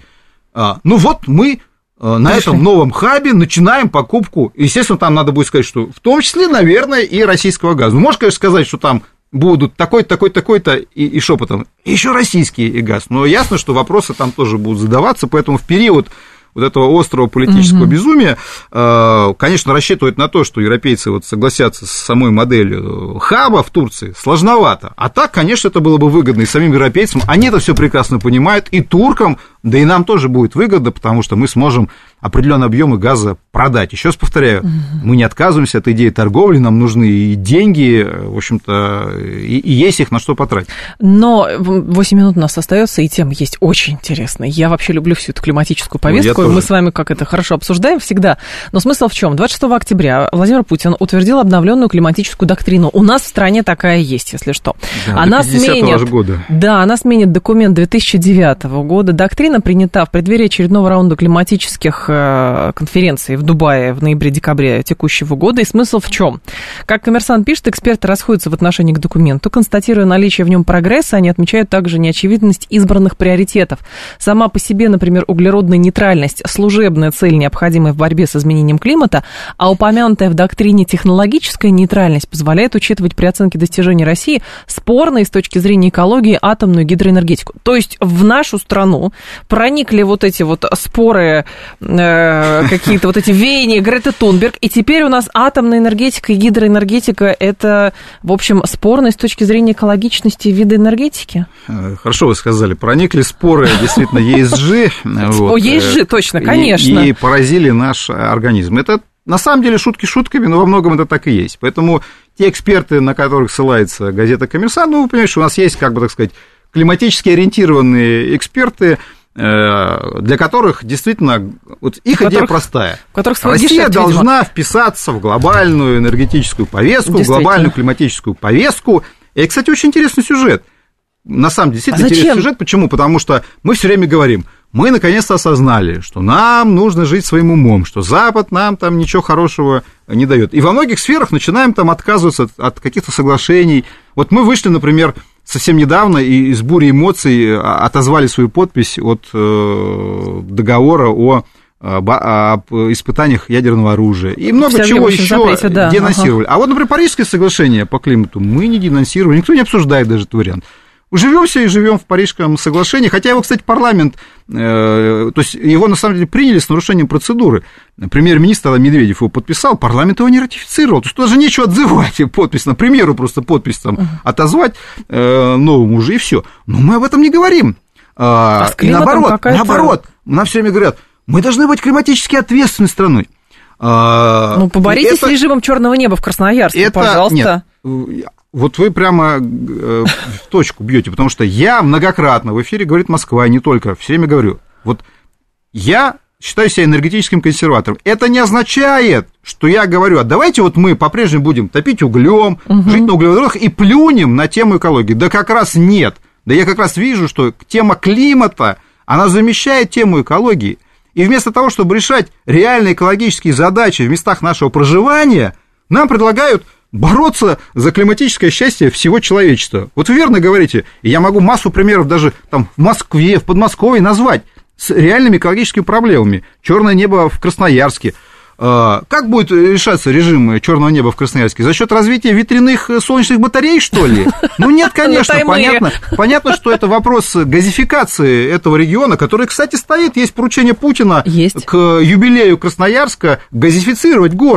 ну вот мы на этом новом хабе начинаем покупку. Естественно, там надо будет сказать, что в том числе, наверное, и российского газа. Ну, можешь, конечно, сказать, что там будут такой-то, и шепотом, еще российский газ. Но ясно, что вопросы там тоже будут задаваться, поэтому в период вот этого острого политического безумия, конечно, рассчитывать на то, что европейцы вот согласятся с самой моделью хаба в Турции, сложновато. А так, конечно, это было бы выгодно и самим европейцам, они это все прекрасно понимают, и туркам, да и нам тоже будет выгодно, потому что мы сможем определенные объемы газа продать. Еще раз повторяю, мы не отказываемся от идеи торговли, нам нужны и деньги, в общем-то, и есть их на что потратить. Но 8 минут у нас остается, и тема есть очень интересная. Я вообще люблю всю эту климатическую повестку, мы с вами как это хорошо обсуждаем всегда. Но смысл в чем? 26 октября Владимир Путин утвердил обновленную климатическую доктрину. У нас в стране такая есть, если что. Да, она сменит, года. Да, она сменит документ 2009 года. Доктрина принята в преддверии очередного раунда климатических конференций в Дубае в ноябре-декабре текущего года. И смысл в чем? Как «Коммерсант» пишет, эксперты расходятся в отношении к документу. Констатируя наличие в нем прогресса, они отмечают также неочевидность избранных приоритетов. Сама по себе, например, углеродная нейтральность, служебная цель, необходимая в борьбе с изменением климата, а упомянутая в доктрине технологическая нейтральность позволяет учитывать при оценке достижений России спорные с точки зрения экологии атомную гидроэнергетику. То есть в нашу страну проникли вот эти вот споры, какие-то вот эти веяния Греты Тунберг, и теперь у нас атомная энергетика и гидроэнергетика – это, в общем, спорные с точки зрения экологичности вида энергетики? Хорошо вы сказали, проникли споры действительно ESG. О, ESG, точно, конечно. И поразили наш организм. Это на самом деле шутки шутками, но во многом это так и есть. Поэтому те эксперты, на которых ссылается газета «Коммерсант», ну, вы понимаете, что у нас есть, как бы так сказать, климатически ориентированные эксперты, для которых действительно вот их идея простая. Россия должна вписаться в глобальную энергетическую повестку, в глобальную климатическую повестку. И, кстати, очень интересный сюжет. На самом деле, действительно интересный сюжет. Почему? Потому что мы все время говорим, мы наконец-то осознали, что нам нужно жить своим умом, что Запад нам там ничего хорошего не дает. И во многих сферах начинаем там отказываться от каких-то соглашеий. Вот мы вышли, например, совсем недавно и из бури эмоций отозвали свою подпись от договора об испытаниях ядерного оружия. И много чего еще денонсировали. А вот, например, Парижское соглашение по климату мы не денонсировали, никто не обсуждает даже этот вариант. Живем все и живем в Парижском соглашении, хотя его, кстати, парламент, то есть его на самом деле приняли с нарушением процедуры. Премьер-министр Медведев его подписал, парламент его не ратифицировал. То есть даже нечего отзывать подпись, на премьеру просто подпись там отозвать новому уже, и все. Но мы об этом не говорим. И наоборот, нам все время говорят, мы должны быть климатически ответственной страной. Ну, поборитесь с режимом черного неба в Красноярске, пожалуйста. Нет. Вот вы прямо в точку бьете, потому что я многократно в эфире «Говорит Москва», и не только, все время говорю, вот я считаю себя энергетическим консерватором. Это не означает, что я говорю, а давайте вот мы по-прежнему будем топить углем, жить на углеводородах и плюнем на тему экологии. Да как раз нет. Да я как раз вижу, что тема климата, она замещает тему экологии. И вместо того, чтобы решать реальные экологические задачи в местах нашего проживания, нам предлагают бороться за климатическое счастье всего человечества. Вот вы верно говорите, и я могу массу примеров даже там в Москве, в Подмосковье назвать с реальными экологическими проблемами. Черное небо в Красноярске. Как будет решаться режим черного неба в Красноярске? За счет развития ветряных солнечных батарей, что ли? Ну нет, конечно, понятно, что это вопрос газификации этого региона, который, кстати, стоит, есть поручение Путина к юбилею Красноярска газифицировать город.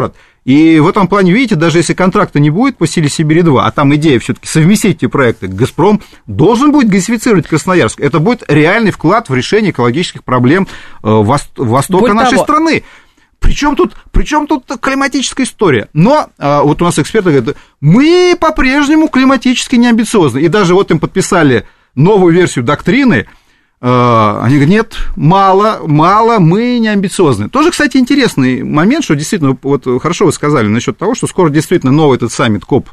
И в этом плане, видите, даже если контракта не будет по «Силе Сибири-2», а там идея все-таки совместить эти проекты, «Газпром» должен будет газифицировать Красноярск. Это будет реальный вклад в решение экологических проблем востока нашей страны. Причем тут климатическая история? Но вот у нас эксперты говорят, мы по-прежнему климатически неамбициозны. И даже вот им подписали новую версию доктрины. Они говорят, нет, мало, мы не амбициозны. Тоже, кстати, интересный момент, что действительно, вот хорошо вы сказали насчет того, что скоро действительно новый этот саммит КОП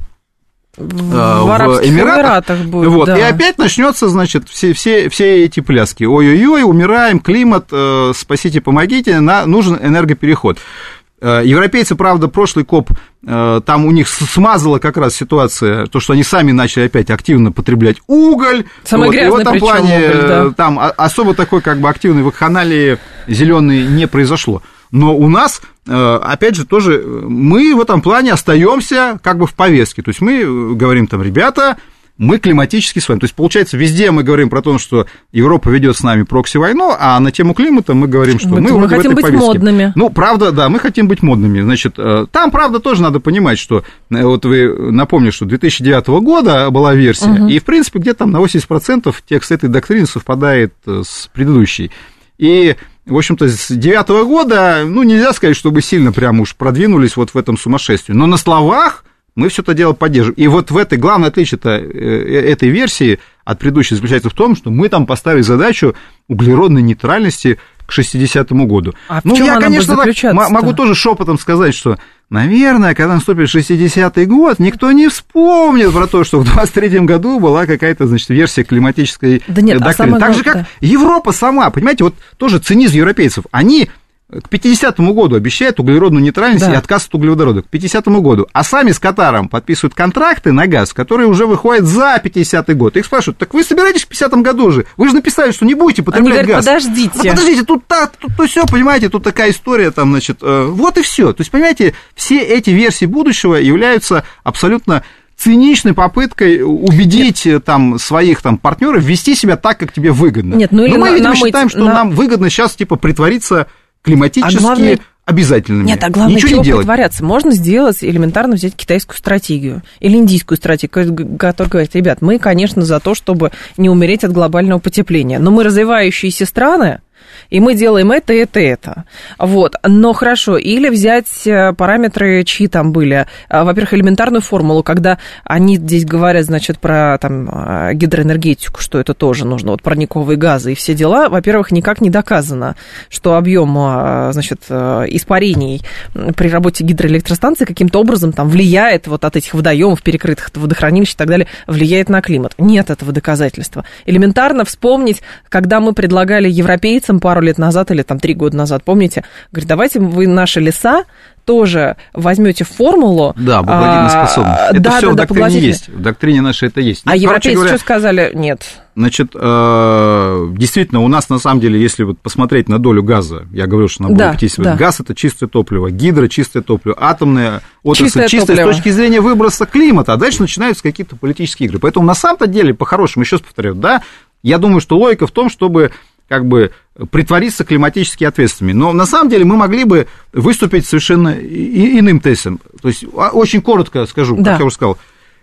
в Арабских Эмиратах будет. Вот, да. И опять начнется, значит, все эти пляски. Ой-ой-ой, умираем, климат, спасите, помогите, нужен энергопереход. Европейцы, правда, прошлый КОП, там у них смазала как раз ситуация, то, что они сами начали опять активно потреблять уголь. Самый грязный, и в этом плане уголь, да. Там особо такой как бы активной вакханалии зеленой не произошло. Но у нас, опять же, тоже мы в этом плане остаемся как бы в повестке. То есть мы говорим там, ребята, мы климатически с вами. То есть, получается, везде мы говорим про то, что Европа ведет с нами прокси-войну, а на тему климата мы говорим, что мы хотим быть модными. Ну, правда, да, мы хотим быть модными. Значит, там, правда, тоже надо понимать, что, вот вы напомню, что 2009 года была версия, и, в принципе, где-то там на 80% текст этой доктрины совпадает с предыдущей. И, в общем-то, с 2009 года, ну, нельзя сказать, чтобы сильно прям уж продвинулись вот в этом сумасшествии. Но на словах мы все это дело поддерживаем. И вот в этой главное отличие этой версии от предыдущей заключается в том, что мы там поставили задачу углеродной нейтральности к 60-му году. А ну, я, конечно, могу тоже шепотом сказать, что, наверное, когда наступит 60-й год, никто не вспомнит про то, что в 23-м году была какая-то, значит, версия климатической доктрины. Так же, как Европа сама, понимаете, вот тоже цинизм европейцев. Они к 50-му году обещают углеродную нейтральность и отказ от углеводородов. К 50-му году. А сами с Катаром подписывают контракты на газ, которые уже выходят за 50-й год. Их спрашивают, так вы собираетесь к 50-му году уже? Вы же написали, что не будете потреблять газ. Подождите, тут все, понимаете, тут такая история, там, значит, вот и все. То есть, понимаете, все эти версии будущего являются абсолютно циничной попыткой убедить там, своих там, партнеров вести себя так, как тебе выгодно. Нет, ну, или но мы, видимо, считаем, что нам выгодно сейчас типа притвориться климатически обязательными. Нет, а главное, чего притворяться? Можно сделать, элементарно взять китайскую стратегию или индийскую стратегию, которая говорит, ребят, мы, конечно, за то, чтобы не умереть от глобального потепления, но мы развивающиеся страны, и мы делаем это. Вот. Но хорошо, или взять параметры, чьи там были. Во-первых, элементарную формулу, когда они здесь говорят, значит, про там, гидроэнергетику, что это тоже нужно, вот парниковые газы и все дела. Во-первых, никак не доказано, что объем, значит, испарений при работе гидроэлектростанции каким-то образом там влияет вот от этих водоемов, перекрытых водохранилищ и так далее, влияет на климат. Нет этого доказательства. Элементарно вспомнить, когда мы предлагали европейцам пару лет назад или там 3 года назад, помните, говорит, давайте вы наши леса тоже возьмете формулу. Да, обладательная способность. Это все в доктрине есть. В доктрине нашей это есть. А европейцы что сказали? Нет. Значит, действительно, у нас, на самом деле, если вот посмотреть на долю газа, я говорю, что на более 50%, газ – это чистое топливо, гидро – чистое топливо, атомная отрасль чистая с точки зрения выброса климата, а дальше начинаются какие-то политические игры. Поэтому, на самом-то деле, по-хорошему, еще раз повторяю, да, я думаю, что логика в том, чтобы как бы притвориться климатически ответственными. Но на самом деле мы могли бы выступить совершенно иным тезисом. То есть очень коротко скажу, как я уже сказал,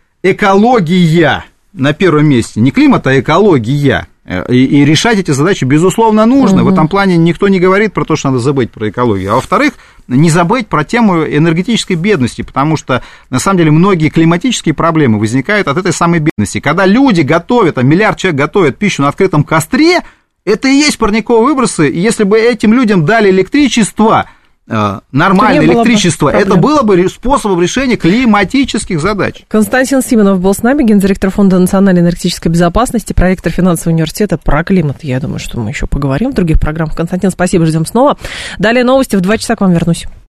экология на первом месте, не климат, а экология. И решать эти задачи, безусловно, нужно. В этом плане никто не говорит про то, что надо забыть про экологию. А во-вторых, не забыть про тему энергетической бедности, потому что, на самом деле, многие климатические проблемы возникают от этой самой бедности. Когда люди готовят, там, миллиард человек готовят пищу на открытом костре, это и есть парниковые выбросы, и если бы этим людям дали электричество, нормальное электричество, это было бы способом решения климатических задач. Константин Симонов был с нами, гендиректор Фонда национальной энергетической безопасности, проректор финансового университета. Про климат, я думаю, что мы еще поговорим в других программах. Константин, спасибо, ждем снова. Далее новости, в 2 часа к вам вернусь.